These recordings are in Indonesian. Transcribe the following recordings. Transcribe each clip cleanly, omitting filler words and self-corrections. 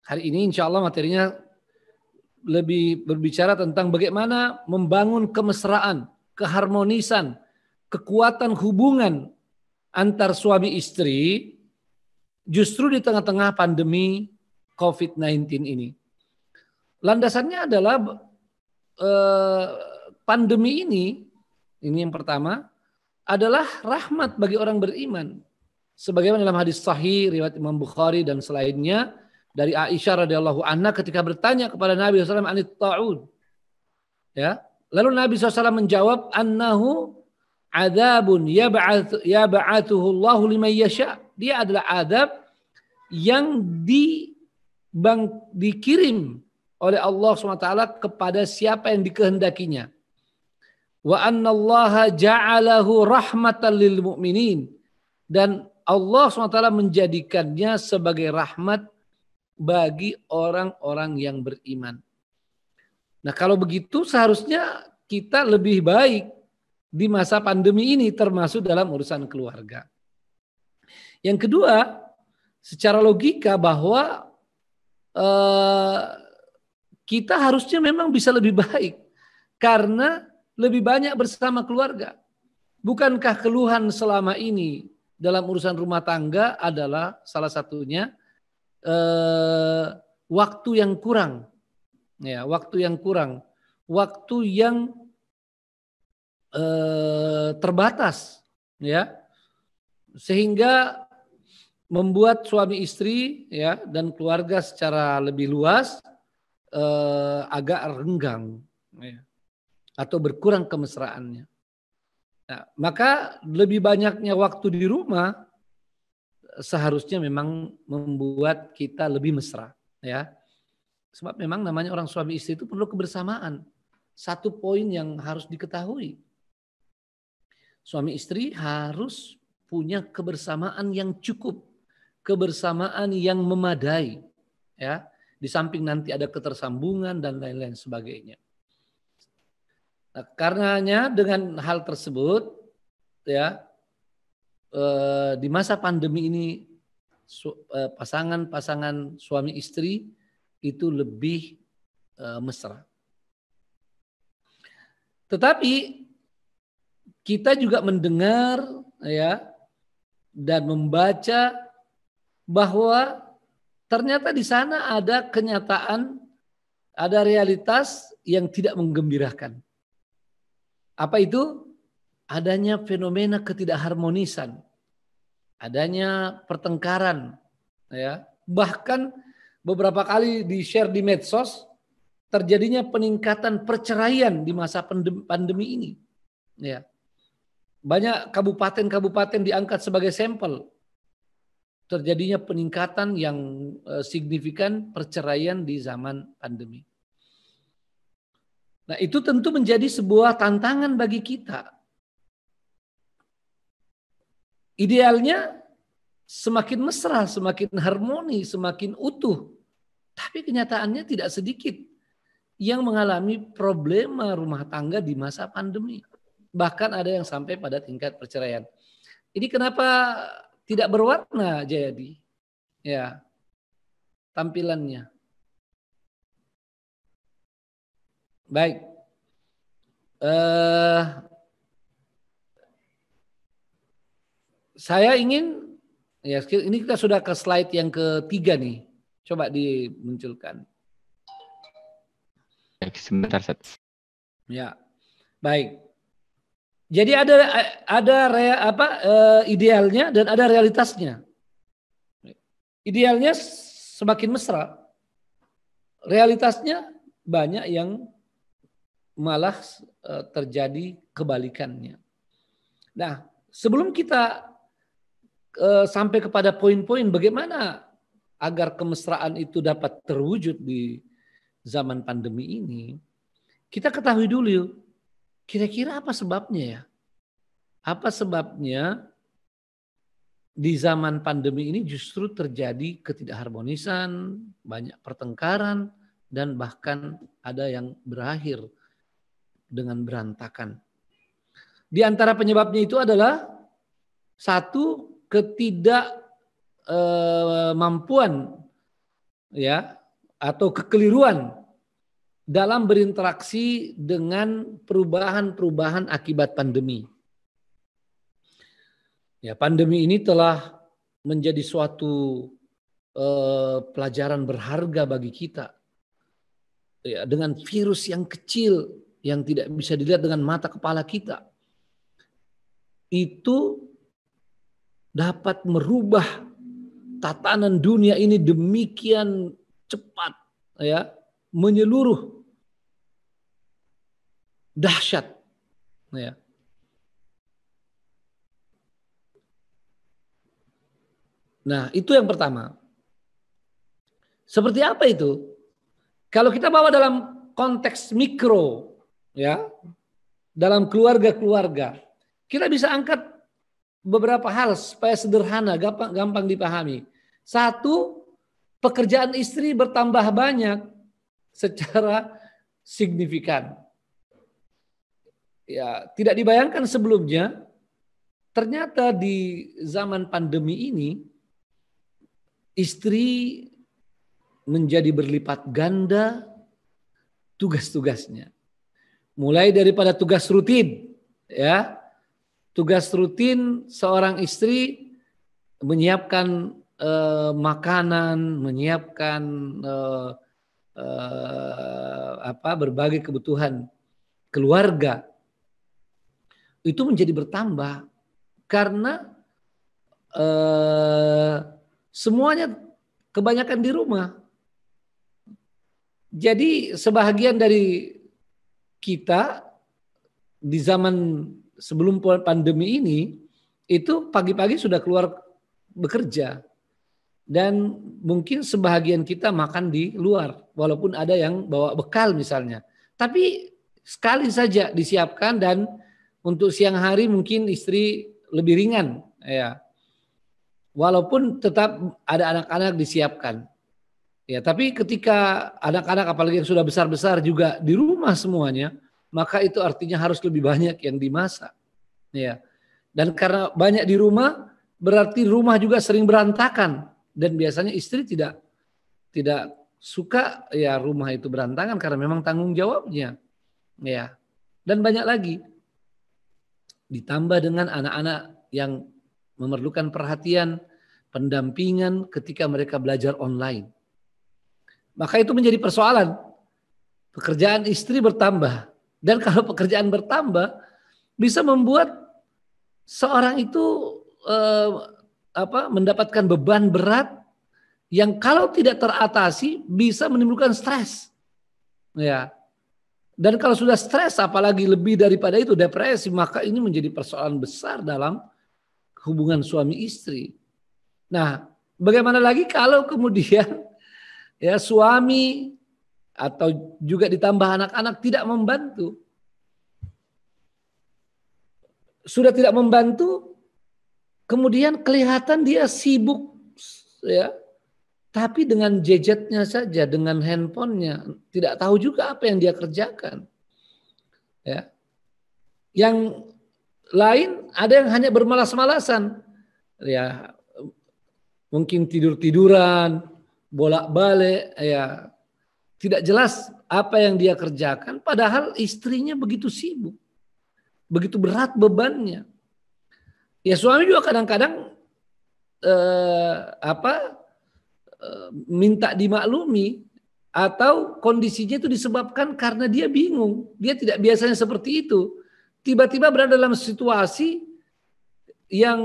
Hari ini insya Allah materinya lebih berbicara tentang bagaimana membangun kemesraan, keharmonisan, kekuatan hubungan antar suami istri justru di tengah-tengah pandemi COVID-19 ini. Landasannya adalah pandemi ini yang pertama, adalah rahmat bagi orang beriman. Sebagaimana dalam hadis sahih riwayat Imam Bukhari dan selainnya dari Aisyah radhiyallahu anha ketika bertanya kepada Nabi SAW anit ta'ud. Ya, lalu Nabi SAW menjawab annahu adzabun yab'athuhu Allahu liman yasha. Dia adalah azab yang dikirim oleh Allah SWT kepada siapa yang dikehendakinya. Wa annallaha ja'alahu rahmatan lil mu'minin. Dan Allah SWT menjadikannya sebagai rahmat bagi orang-orang yang beriman. Nah kalau begitu seharusnya kita lebih baik di masa pandemi ini termasuk dalam urusan keluarga. Yang kedua, secara logika bahwa kita harusnya memang bisa lebih baik karena lebih banyak bersama keluarga. Bukankah keluhan selama ini dalam urusan rumah tangga adalah salah satunya waktu yang kurang, ya, waktu yang terbatas, ya, sehingga membuat suami istri, ya, dan keluarga secara lebih luas agak renggang, ya, atau berkurang kemesraannya. Nah, maka lebih banyaknya waktu di rumah seharusnya memang membuat kita lebih mesra, ya. Sebab memang namanya orang suami istri itu perlu kebersamaan. Satu poin yang harus diketahui. Suami istri harus punya kebersamaan yang cukup, kebersamaan yang memadai, ya. Di samping nanti ada ketersambungan dan lain-lain sebagainya. Nah, karenanya dengan hal tersebut, ya, di masa pandemi ini pasangan suami istri itu lebih mesra. Tetapi kita juga mendengar, ya, dan membaca bahwa ternyata di sana ada kenyataan, ada realitas yang tidak menggembirakan. Apa itu? Adanya fenomena ketidakharmonisan, adanya pertengkaran, ya. Bahkan beberapa kali di-share di medsos terjadinya peningkatan perceraian di masa pandemi ini, ya. Banyak kabupaten-kabupaten diangkat sebagai sampel terjadinya peningkatan yang signifikan perceraian di zaman pandemi. Nah, itu tentu menjadi sebuah tantangan bagi kita. Idealnya semakin mesra, semakin harmoni, semakin utuh. Tapi kenyataannya tidak sedikit yang mengalami problema rumah tangga di masa pandemi. Bahkan ada yang sampai pada tingkat perceraian. Ini kenapa tidak berwarna, Jayadi? Ya, tampilannya. Baik. Saya ingin, ya, ini kita sudah ke slide yang ketiga nih. Coba dimunculkan. Sebentar, Seth. Ya, baik. Jadi idealnya dan ada realitasnya. Idealnya semakin mesra. Realitasnya banyak yang malah terjadi kebalikannya. Nah, sebelum kita sampai kepada poin-poin bagaimana agar kemesraan itu dapat terwujud di zaman pandemi ini, kita ketahui dulu kira-kira apa sebabnya ya? Apa sebabnya di zaman pandemi ini justru terjadi ketidakharmonisan, banyak pertengkaran, dan bahkan ada yang berakhir dengan berantakan. Di antara penyebabnya itu adalah satu, ketidakmampuan ya, atau kekeliruan dalam berinteraksi dengan perubahan-perubahan akibat pandemi. Ya, pandemi ini telah menjadi suatu pelajaran berharga bagi kita. Ya, dengan virus yang kecil yang tidak bisa dilihat dengan mata kepala kita, itu dapat merubah tatanan dunia ini demikian cepat, ya, menyeluruh, dahsyat, ya. Nah, itu yang pertama. Seperti apa itu? Kalau kita bawa dalam konteks mikro, ya, dalam keluarga-keluarga, kita bisa angkat beberapa hal supaya sederhana, gampang dipahami. Satu, pekerjaan istri bertambah banyak secara signifikan. Ya, tidak dibayangkan sebelumnya, ternyata di zaman pandemi ini istri menjadi berlipat ganda tugas-tugasnya. Mulai daripada tugas rutin, ya. Tugas rutin seorang istri menyiapkan makanan, menyiapkan berbagai kebutuhan keluarga, itu menjadi bertambah karena semuanya kebanyakan di rumah. Jadi sebahagian dari kita di zaman sebelum pandemi ini itu pagi-pagi sudah keluar bekerja, dan mungkin sebahagian kita makan di luar walaupun ada yang bawa bekal misalnya, tapi sekali saja disiapkan, dan untuk siang hari mungkin istri lebih ringan, ya, walaupun tetap ada anak-anak disiapkan. Ya, tapi ketika anak-anak apalagi yang sudah besar-besar juga di rumah semuanya, maka itu artinya harus lebih banyak yang dimasak. Ya. Dan karena banyak di rumah, berarti rumah juga sering berantakan, dan biasanya istri tidak suka ya rumah itu berantakan karena memang tanggung jawabnya. Ya. Dan banyak lagi. Ditambah dengan anak-anak yang memerlukan perhatian, pendampingan ketika mereka belajar online. Maka itu menjadi persoalan. Pekerjaan istri bertambah. Dan kalau pekerjaan bertambah, bisa membuat seorang itu mendapatkan beban berat yang kalau tidak teratasi bisa menimbulkan stres. Ya. Dan kalau sudah stres, apalagi lebih daripada itu depresi, maka ini menjadi persoalan besar dalam hubungan suami istri. Nah, bagaimana lagi kalau kemudian ya suami atau juga ditambah anak-anak tidak membantu. Sudah tidak membantu, kemudian kelihatan dia sibuk, ya, tapi dengan gadgetnya saja, dengan handphonenya, tidak tahu juga apa yang dia kerjakan. Ya. Yang lain ada yang hanya bermalas-malasan, ya, mungkin tidur-tiduran, bolak-balik, ya, tidak jelas apa yang dia kerjakan, padahal istrinya begitu sibuk, begitu berat bebannya. Ya, suami juga kadang-kadang minta dimaklumi, atau kondisinya itu disebabkan karena dia bingung, dia tidak biasanya seperti itu, tiba-tiba berada dalam situasi yang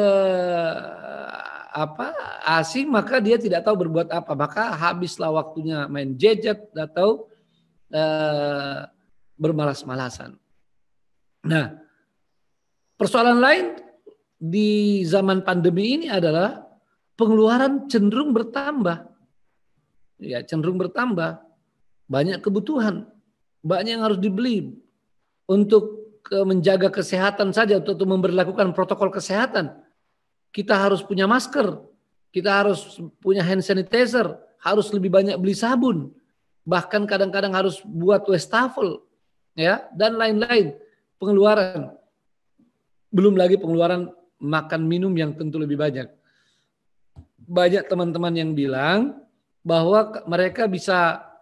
asing, maka dia tidak tahu berbuat apa, maka habislah waktunya main gadget atau bermalas-malasan. Nah, persoalan lain di zaman pandemi ini adalah pengeluaran cenderung bertambah. Ya, cenderung bertambah. Banyak kebutuhan, banyak yang harus dibeli untuk menjaga kesehatan saja, untuk memberlakukan protokol kesehatan. Kita harus punya masker, kita harus punya hand sanitizer, harus lebih banyak beli sabun, bahkan kadang-kadang harus buat wastafel, ya, dan lain-lain pengeluaran. Belum lagi pengeluaran makan minum yang tentu lebih banyak. Banyak teman-teman yang bilang bahwa mereka bisa